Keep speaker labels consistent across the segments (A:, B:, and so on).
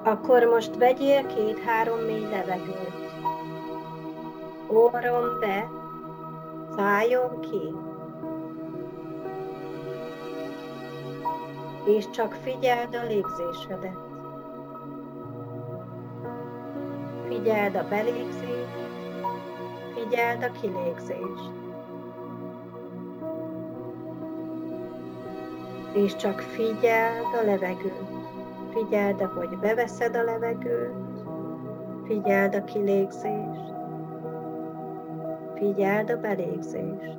A: Akkor most vegyél 2-3 mély levegőt. Orron be, szájon ki. És csak figyeld a légzésedet. Figyeld a belégzést, figyeld a kilégzést. És csak figyeld a levegőt. Figyeld, ahogy beveszed a levegőt, figyeld a kilégzést, figyeld a belégzést.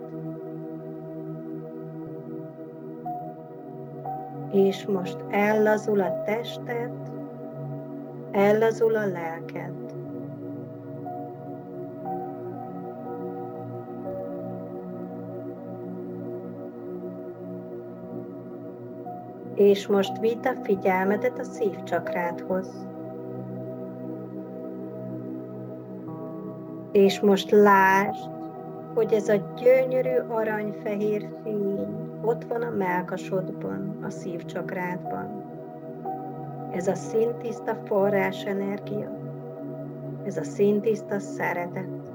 A: És most ellazul a tested, ellazul a lelked. És most vidd a figyelmedet a szívcsakrádhoz. És most lásd, hogy ez a gyönyörű aranyfehér fény ott van a mellkasodban, a szívcsakrádban. Ez a színtiszta forrás energia, ez a színtiszta szeretet.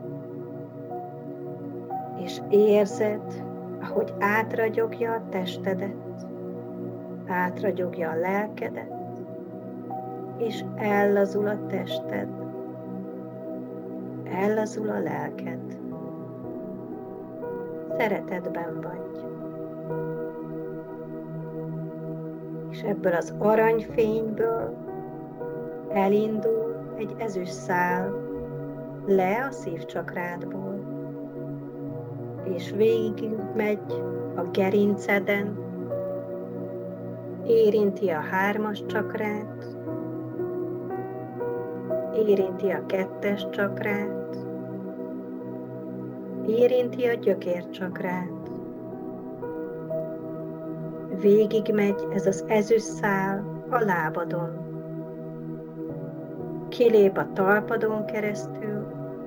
A: És érzed, ahogy átragyogja a testedet, átragyogja a lelkedet, és ellazul a tested, ellazul a lelked. Szeretetben vagy. És ebből az aranyfényből elindul egy ezüst szál le a szívcsakrádból, és végig megy a gerinceden, érinti a 3-as csakrát, érinti a 2-es csakrát, érinti a gyökércsakrát. Végig megy ez az ezüst szál a lábadon. Kilép a talpadon keresztül,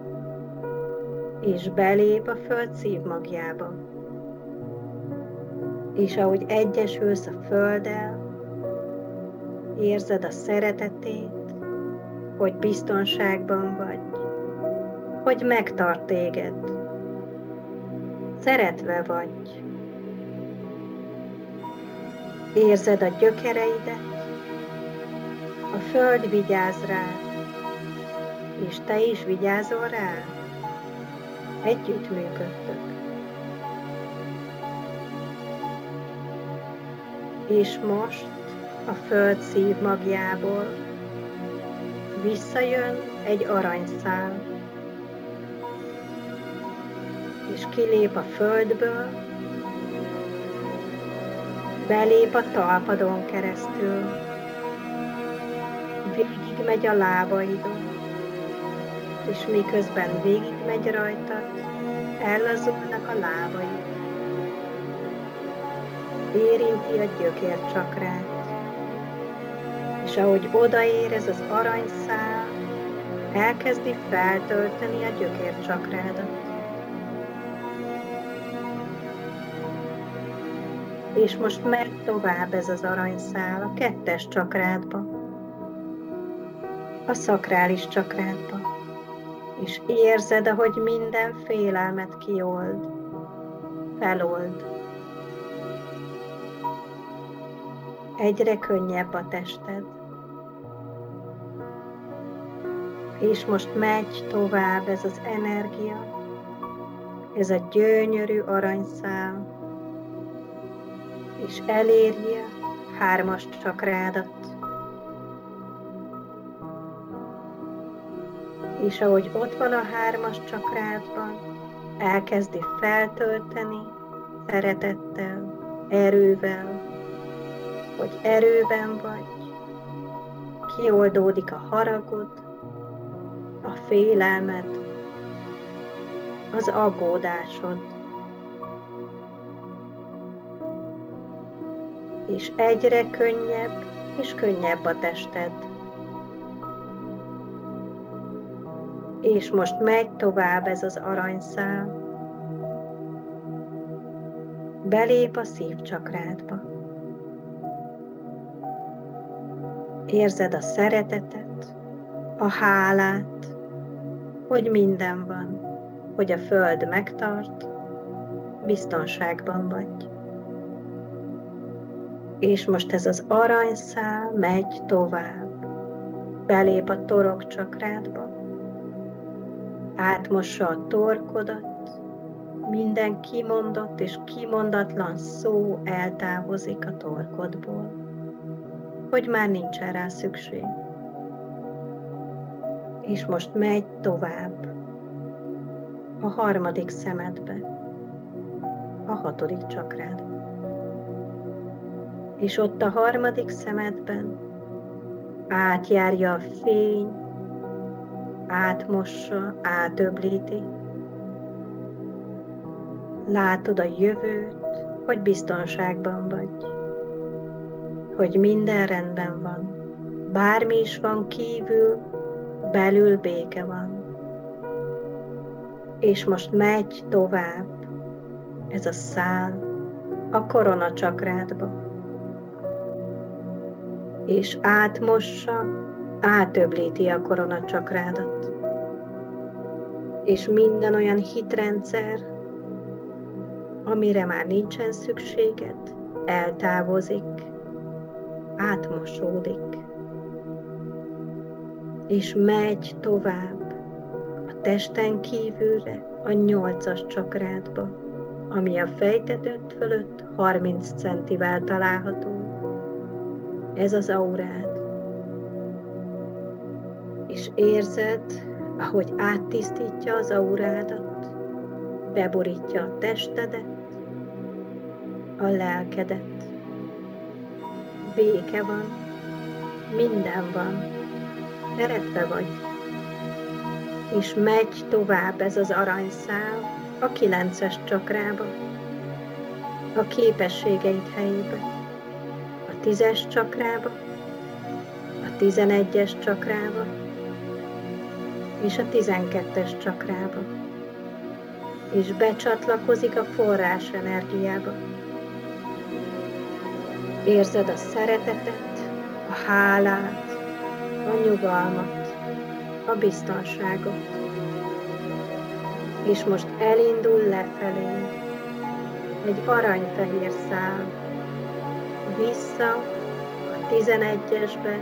A: és belép a föld szívmagjába. És ahogy egyesülsz a földdel, érzed a szeretetét, hogy biztonságban vagy, hogy megtart téged. Szeretve vagy. Érzed a gyökereidet, a föld vigyáz rád, és te is vigyázol rá. Együttműködtök. És most a föld szívmagjából visszajön egy aranyszál, és kilép a földből, belép a talpadon keresztül, végig megy a lábaidon, és miközben végig megy rajtad, ellazulnak a lábaid. Érinti a gyökércsakrát, és ahogy odaér ez az aranyszál, elkezdi feltölteni a gyökércsakrádat. És most megy tovább ez az aranyszál a 2-es csakrádba, a szakrális csakrádba, és érzed, ahogy minden félelmet kiold, felold. Egyre könnyebb a tested. És most megy tovább ez az energia, ez a gyönyörű aranyszál, és eléri a 3-as csakrádat. És ahogy ott van a 3-as csakrádban, elkezdi feltölteni szeretettel, erővel, hogy erőben vagy, kioldódik a haragod, a félelmed, az aggódásod. És egyre könnyebb és könnyebb a tested. És most megy tovább ez az aranyszál, belép a szívcsakrádba. Érzed a szeretetet, a hálát, hogy minden van, hogy a Föld megtart, biztonságban vagy. És most ez az aranyszál megy tovább, belép a torokcsakrádba, átmossa a torkodat, minden kimondott és kimondatlan szó eltávozik a torkodból, hogy már nincsen rá szükség. És most megy tovább a harmadik szemedbe, a hatodik csakrádba. És ott a harmadik szemedben átjárja a fény, átmossa, átöblíti. Látod a jövőt, hogy biztonságban vagy, hogy minden rendben van. Bármi is van kívül, belül béke van. És most megy tovább ez a szál a koronacsakradba, és átmossa, átöblíti a koronacsakrádat. És minden olyan hitrendszer, amire már nincsen szükséged, eltávozik, átmosódik, és megy tovább a testen kívülre, a 8-as csakrádba, ami a fejtetőd fölött 30 centivel található. Ez az aurád. És érzed, ahogy áttisztítja az aurádat, beborítja a testedet, a lelkedet. Béke van, minden van, szeretve vagy. És megy tovább ez az aranyszál a 9-es csakrába, a képességeid helyébe, a 10-es csakrába, a 11-es csakrába, és a 12-es csakrába, és becsatlakozik a forrás energiába. Érzed a szeretetet, a hálát, a nyugalmat, a biztonságot. És most elindul lefelé egy aranyfehér szál, vissza a 11-esbe,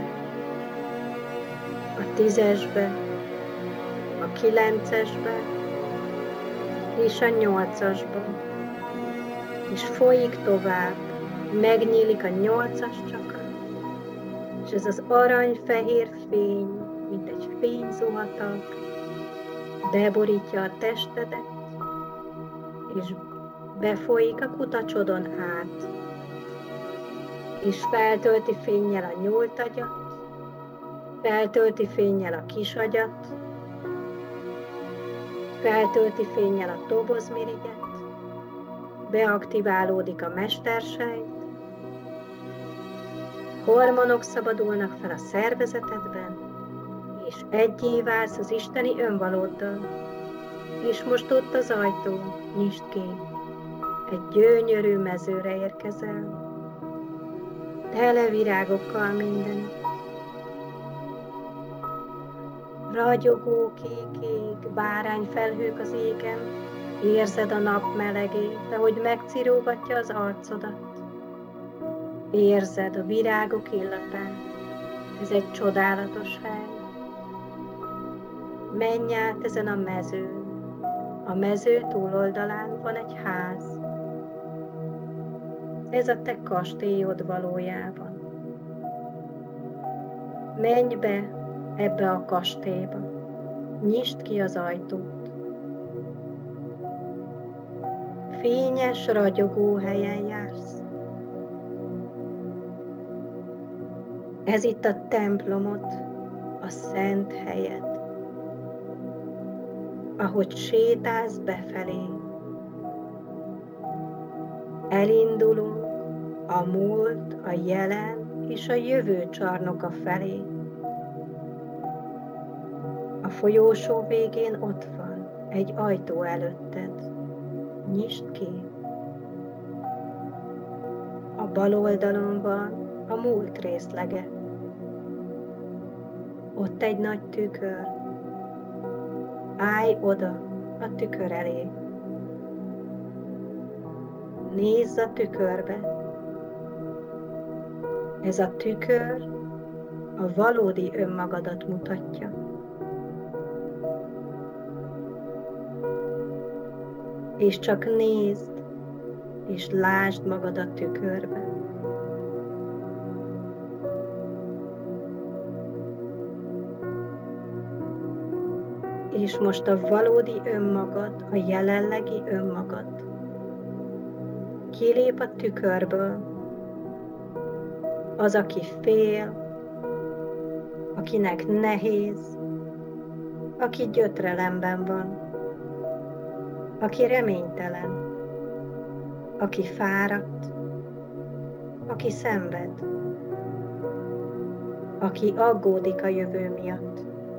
A: a 10-esbe, a 9-esbe és a 8-asba, és folyik tovább, megnyílik a 8-as csakra, és ez az aranyfehér fény, mint egy fényzuhatag, beborítja a testedet, és befolyik a kutacsodon át, és feltölti fénnyel a nyúltagyat, feltölti fénnyel a kisagyat, feltölti fénnyel a tobozmirigyet, beaktiválódik a mestersejt, hormonok szabadulnak fel a szervezetedben, és egyé válsz az isteni önvalóddal. És most ott az ajtó, nyisd ki, egy gyönyörű mezőre érkezel, tele virágokkal mindenütt. Ragyogó kék bárányfelhők az égen, érzed a nap melegét, ahogy megcirógatja az arcodat. Érzed a virágok illatát, ez egy csodálatos hely. Menj át ezen a mezőn, a mező túloldalán van egy ház. Ez a te kastélyod valójában. Menj be ebbe a kastélyba, nyisd ki az ajtót. Fényes, ragyogó helyen jársz. Ez itt a templomod, a szent helyed. Ahogy sétálsz befelé, elindulunk a múlt, a jelen és a jövő csarnoka felé. A folyósó végén ott van egy ajtó előtted. Nyisd ki. A bal oldalon van a múlt részlege. Ott egy nagy tükör. Állj oda a tükör elé. Nézz a tükörbe. Ez a tükör a valódi önmagadat mutatja. És csak nézd, és lásd magad a tükörbe. És most a valódi önmagad, a jelenlegi önmagad kilép a tükörből, az, aki fél, akinek nehéz, aki gyötrelemben van, aki reménytelen, aki fáradt, aki szenved, aki aggódik a jövő miatt.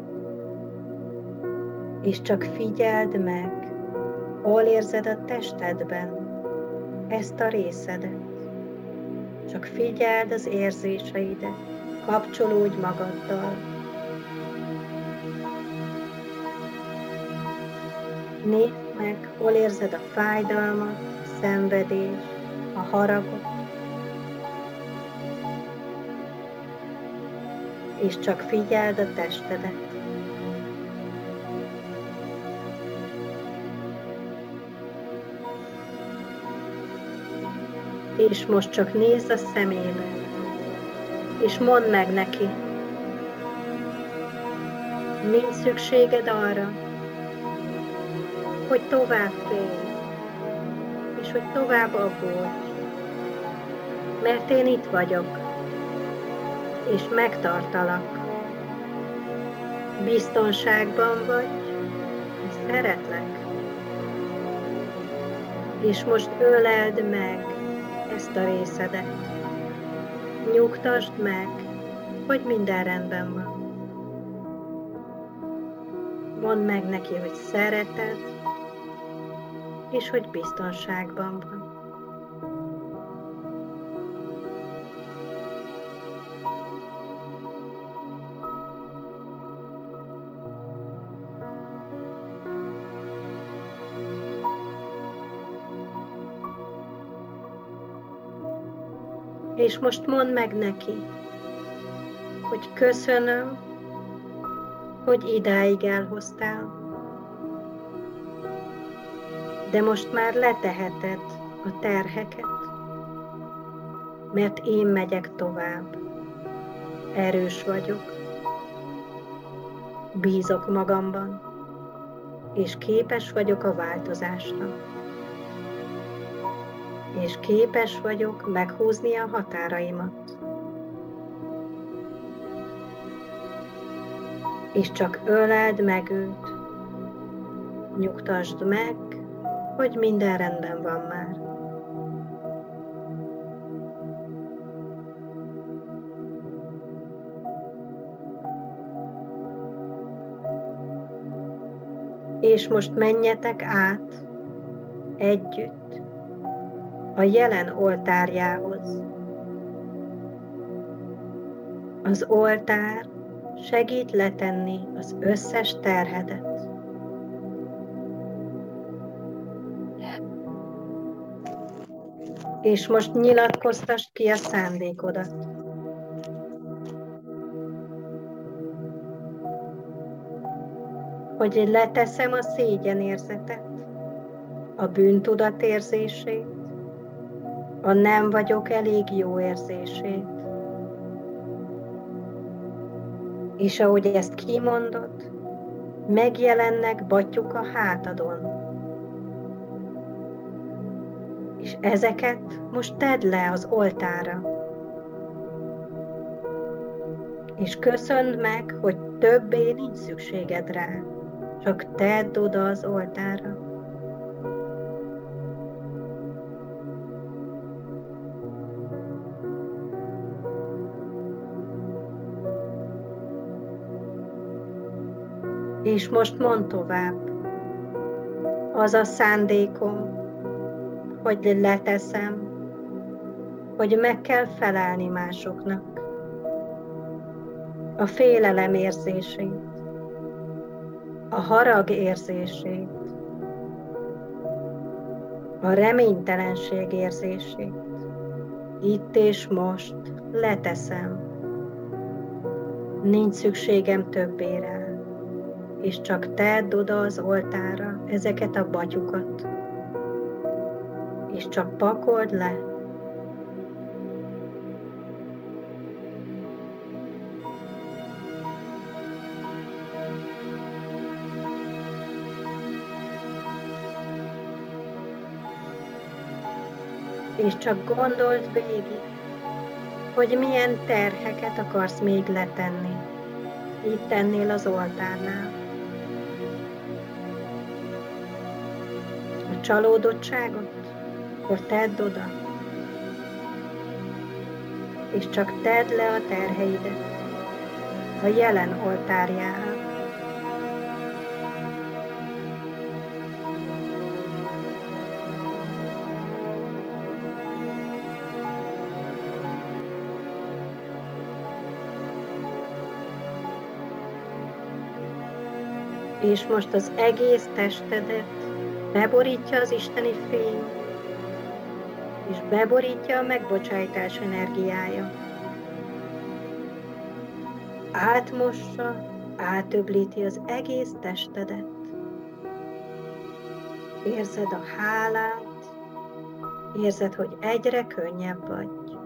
A: És csak figyeld meg, hol érzed a testedben ezt a részedet. Csak figyeld az érzéseidet, kapcsolódj magaddal. Nézd meg, hol érzed a fájdalmat, a szenvedést, a haragot. És csak figyeld a testedet. És most csak nézz a szemébe, és mondd meg neki, nincs szükséged arra, hogy tovább félj, és hogy tovább aggódj, mert én itt vagyok, és megtartalak. Biztonságban vagy, és szeretlek. És most öleld meg ezt a részedet. Nyugtasd meg, hogy minden rendben van. Mondd meg neki, hogy szereted, és hogy biztonságban van. És most mondd meg neki, hogy köszönöm, hogy idáig elhoztál, de most már leteheted a terheket, mert én megyek tovább. Erős vagyok, bízok magamban, és képes vagyok a változásra. És képes vagyok meghúzni a határaimat. És csak öleld meg őt, nyugtasd meg, hogy minden rendben van már. És most menjetek át együtt a jelen oltárjához. Az oltár segít letenni az összes terhedet. És most nyilatkoztasd ki a szándékodat. Hogy leteszem a szégyenérzetet, a bűntudat érzését, a nem vagyok elég jó érzését. És ahogy ezt kimondod, megjelennek battyuk a hátadon. És ezeket most tedd le az oltárra. És köszönd meg, hogy többé nincs szükséged rá, csak tedd oda az oltárra. És most mondd tovább. Az a szándékom, hogy leteszem, hogy meg kell felelni másoknak. a félelem érzését, a harag érzését, a reménytelenség érzését. Itt és most leteszem. Nincs szükségem többé rá, és csak tedd oda az oltárra ezeket a batyukat, és csak pakold le. És csak gondold végig, hogy milyen terheket akarsz még letenni itt ennél az oltárnál. A csalódottságot, akkor tedd oda, és csak tedd le a terheidet a jelen oltárjára. És most az egész testedet beborítja az isteni fény, és beborítja a megbocsájtás energiája. Átmossa, átöblíti az egész testedet. Érzed a hálát, érzed, hogy egyre könnyebb vagy.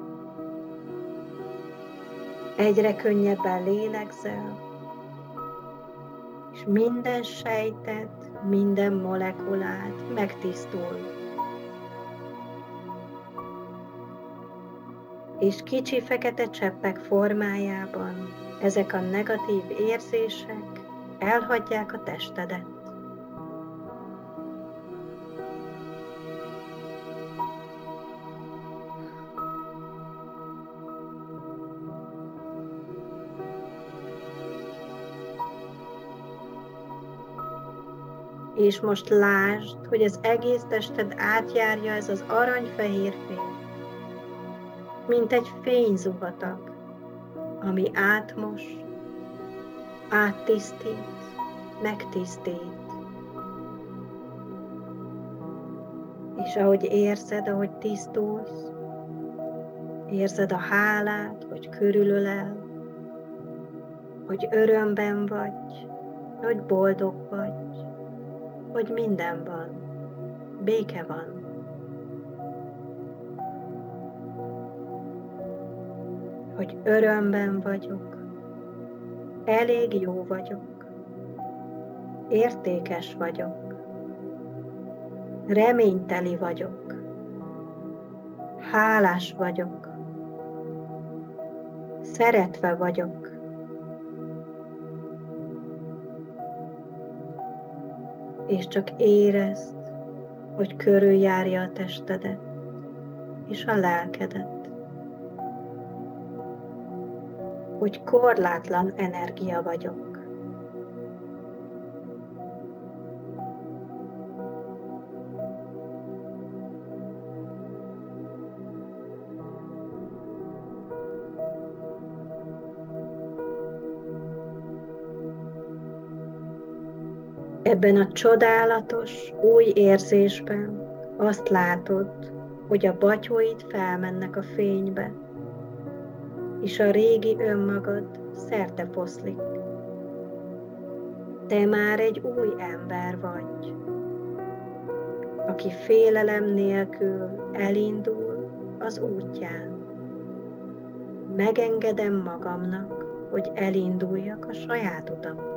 A: Egyre könnyebben lélegzel, és minden sejted, minden molekulád megtisztul. És kicsi fekete cseppek formájában ezek a negatív érzések elhagyják a testedet. És most lásd, hogy az egész tested átjárja ez az aranyfehér fény, mint egy fényzuhatag, ami átmos, áttisztít, megtisztít. És ahogy érzed, ahogy tisztulsz, érzed a hálát, hogy körülölel, hogy örömben vagy, hogy boldog vagy, hogy minden van, béke van. Hogy örömben vagyok, elég jó vagyok, értékes vagyok, reményteli vagyok, hálás vagyok, szeretve vagyok. És csak érezd, hogy körüljárja a testedet és a lelkedet, hogy korlátlan energia vagyok. Ebben a csodálatos, új érzésben azt látod, hogy a batyóid felmennek a fénybe, és a régi önmagad szertefoszlik. Te már egy új ember vagy, aki félelem nélkül elindul az útján. Megengedem magamnak, hogy elinduljak a saját utamon.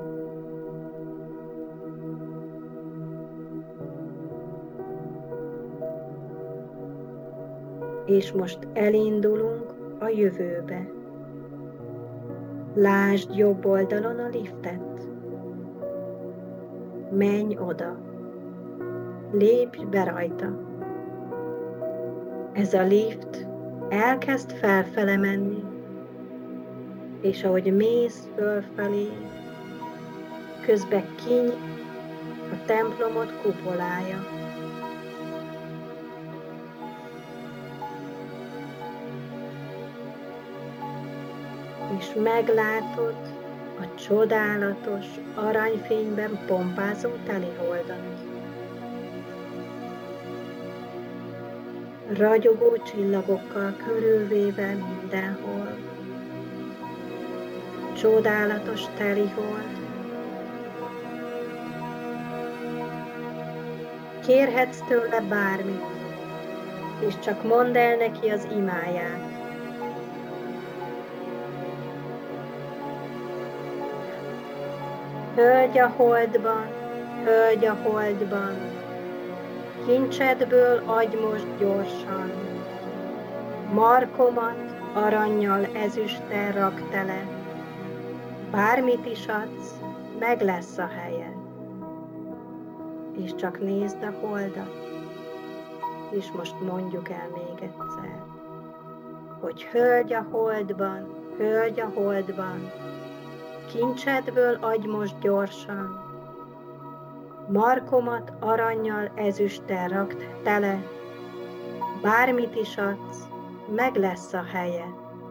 A: És most elindulunk a jövőbe. Lásd jobb oldalon a liftet. Menj oda. Lépj be rajta. Ez a lift elkezd felfele menni, és ahogy mész fölfelé, közben kinyíl a templomod kupolája. és meglátod a csodálatos, aranyfényben pompázó teliholdat. Ragyogó csillagokkal körülvéve mindenhol. Csodálatos telihold. Kérhetsz tőle bármit, és csak mondd el neki az imáját. Hölgy a holdban, hölgy a holdban, kincsedből adj most gyorsan. Markomat arannyal, ezüsttel rak tele, bármit is adsz, meg lesz a helye. És csak nézd a holdat, és most mondjuk el még egyszer, hogy hölgy a holdban, hölgy a holdban, kincsedből adj most gyorsan, markomat arannyal, ezüsttel rakt tele, bármit is adsz, meg lesz a helye.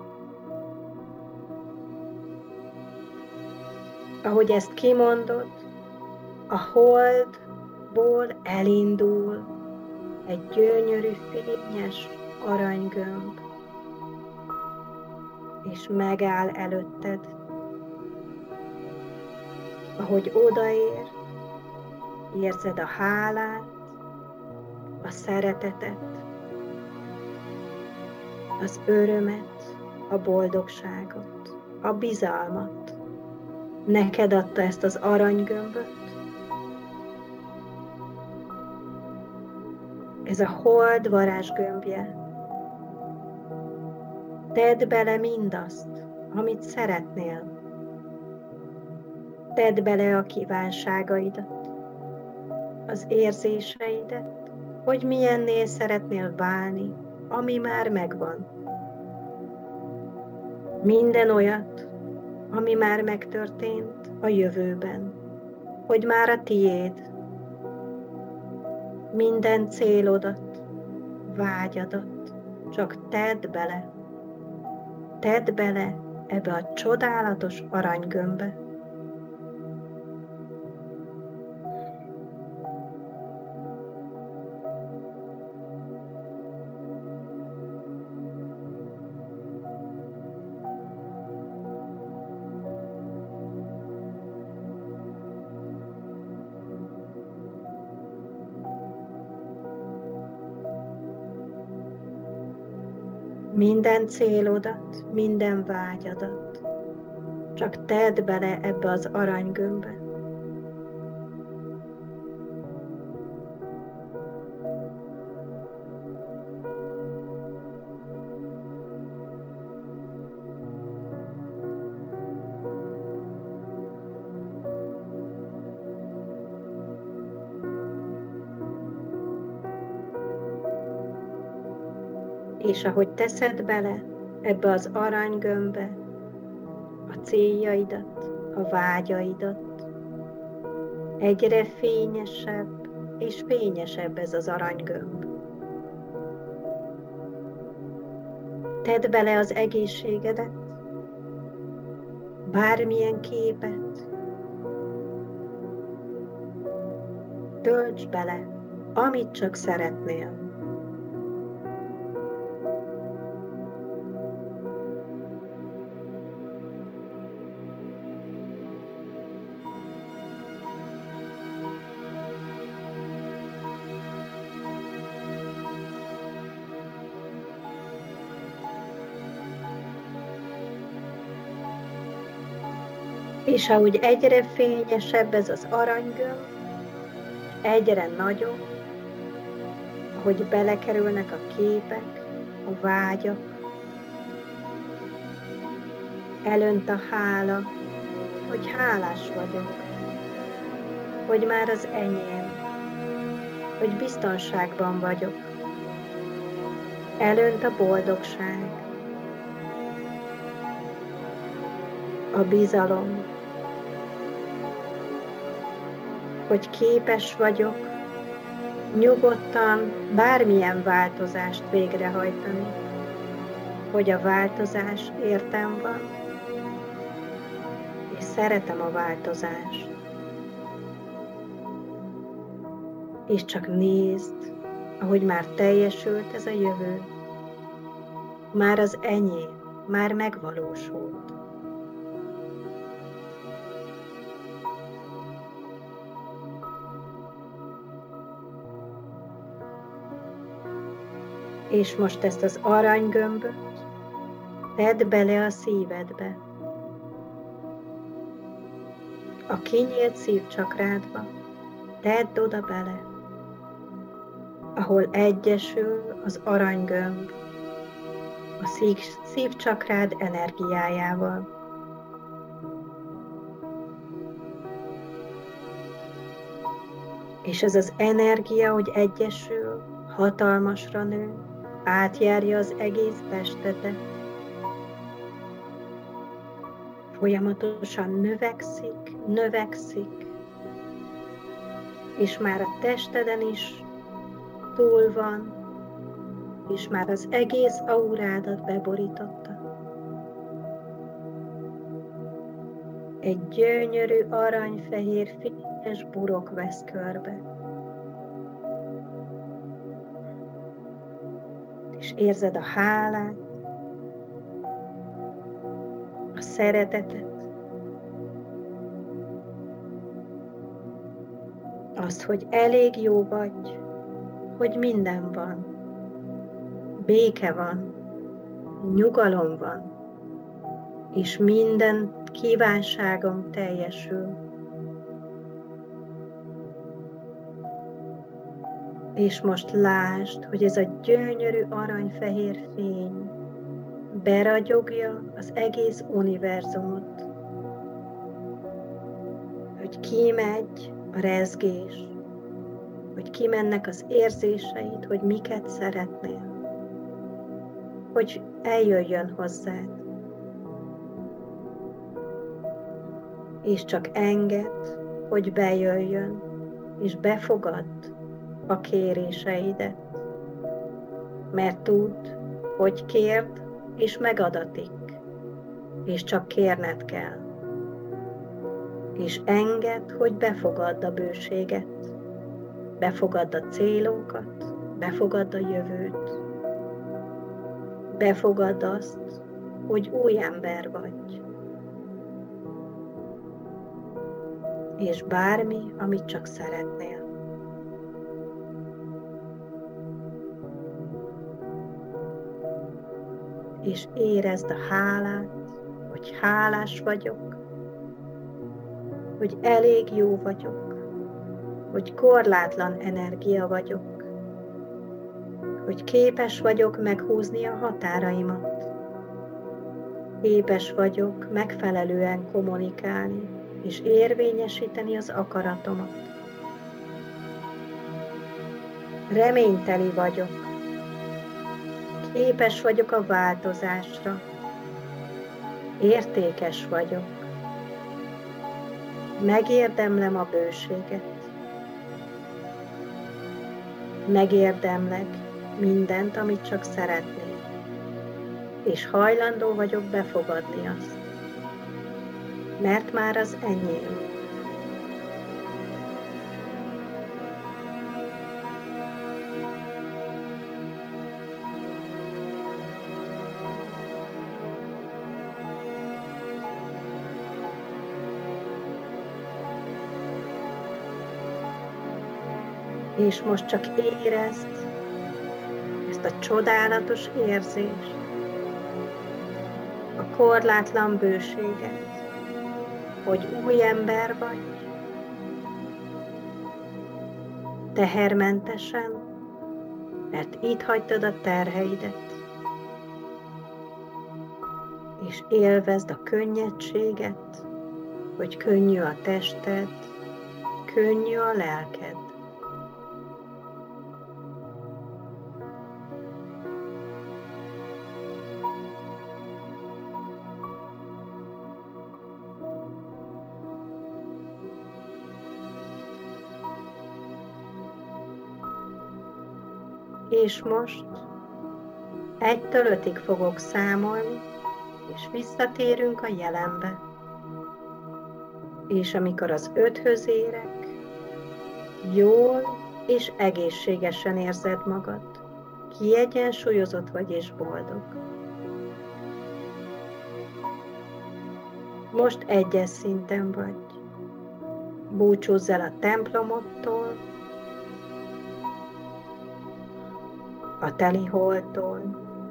A: Ahogy ezt kimondod, a holdból elindul egy gyönyörű, fényes aranygömb, és megáll előtted. Ahogy odaér, érzed a hálát, a szeretetet, az örömet, a boldogságot, a bizalmat. Neked adta ezt az aranygömböt. Ez a hold varázsgömbje. Tedd bele mindazt, amit szeretnél. Tedd bele a kívánságaidat, az érzéseidet, hogy milyennél szeretnél válni, ami már megvan. Minden olyat, ami már megtörtént a jövőben, hogy már a tiéd. Minden célodat, vágyadat, csak tedd bele. Tedd bele ebbe a csodálatos aranygömbbe. Minden célodat, minden vágyadat, csak tedd bele ebbe az aranygömbbe. És ahogy teszed bele ebbe az aranygömbbe a céljaidat, a vágyaidat, egyre fényesebb és fényesebb ez az aranygömb. Tedd bele az egészségedet, bármilyen képet, tölts bele, amit csak szeretnél. És ahogy egyre fényesebb ez az aranygömb, egyre nagyobb, ahogy belekerülnek a képek, a vágyak, elönt a hála, hogy hálás vagyok, hogy már az enyém, hogy biztonságban vagyok. Elönt a boldogság, a bizalom, hogy képes vagyok nyugodtan bármilyen változást végrehajtani, hogy a változás értem van, és szeretem a változást. És csak nézd, ahogy már teljesült ez a jövő. Már az enyém, már megvalósult. És most ezt az aranygömböt tedd bele a szívedbe, a kinyílt szívcsakrádba, tedd oda bele, ahol egyesül az aranygömb a szívcsakrád energiájával. És ez az energia, hogy egyesül, hatalmasra nő, átjárja az egész testedet. Folyamatosan növekszik, és már a testeden is túl van, és már az egész aurádat beborította. Egy gyönyörű aranyfehér fényes burok vesz körbe. És érzed a hálát, a szeretetet, azt, hogy elég jó vagy, hogy minden van, béke van, nyugalom van, és minden kívánságom teljesül. És most lásd, hogy ez a gyönyörű aranyfehér fény beragyogja az egész univerzumot, hogy kimegy a rezgés, hogy kimennek az érzéseid, hogy miket szeretnél, hogy eljöjjön hozzád. És csak engedd, hogy bejöjjön, és befogadd a kéréseidet. Mert tudd, hogy kérd, és megadatik, és csak kérned kell. És engedd, hogy befogadd a bőséget, befogadd a célokat, befogadd a jövőt, befogadd azt, hogy új ember vagy. És bármi, amit csak szeretnél. És érezd a hálát, hogy hálás vagyok, hogy elég jó vagyok, hogy korlátlan energia vagyok, hogy képes vagyok meghúzni a határaimat, képes vagyok megfelelően kommunikálni, és érvényesíteni az akaratomat. Reményteli vagyok, képes vagyok a változásra, értékes vagyok, megérdemlem a bőséget, megérdemlek mindent, amit csak szeretnék, és hajlandó vagyok befogadni azt, mert már az enyém. És most csak érezd ezt a csodálatos érzést, a korlátlan bőséget, hogy új ember vagy, tehermentesen, mert itt hagytad a terheidet, és élvezd a könnyedséget, hogy könnyű a tested, könnyű a lelked. És most 1-től 5-ig fogok számolni, és visszatérünk a jelenbe. És amikor az 5-höz érek, jól és egészségesen érzed magad. Kiegyensúlyozott vagy és boldog. Most 1-es szinten vagy. Búcsúzz el a templomodtól, a teliholtól.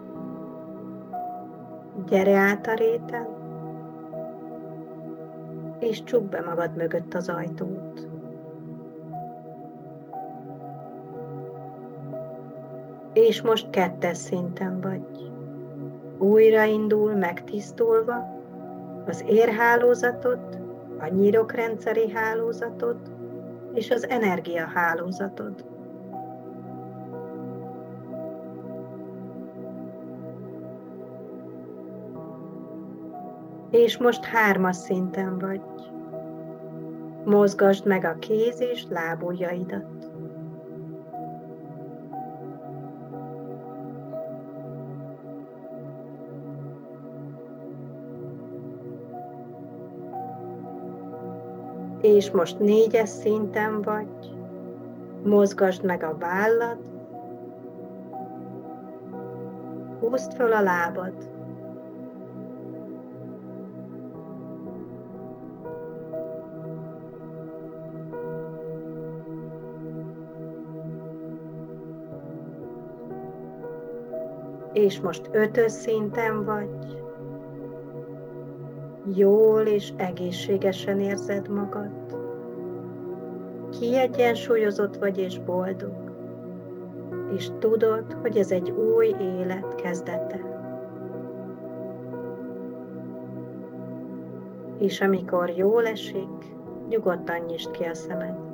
A: Gyere át a réten, és csukd be magad mögött az ajtót. És most 2-es szinten vagy. Újraindul megtisztulva az érhálózatod, a nyirokrendszeri hálózatod és az energiahálózatod. És most 3-as szinten vagy. Mozgasd meg a kéz és lábujjaidat. És most 4-es szinten vagy. Mozgasd meg a vállad. Húzd föl a lábad. És most 5-ös szinten vagy. Jól és egészségesen érzed magad. Kiegyensúlyozott vagy és boldog. És tudod, hogy ez egy új élet kezdete. És amikor jól esik, nyugodtan nyisd ki a szemed.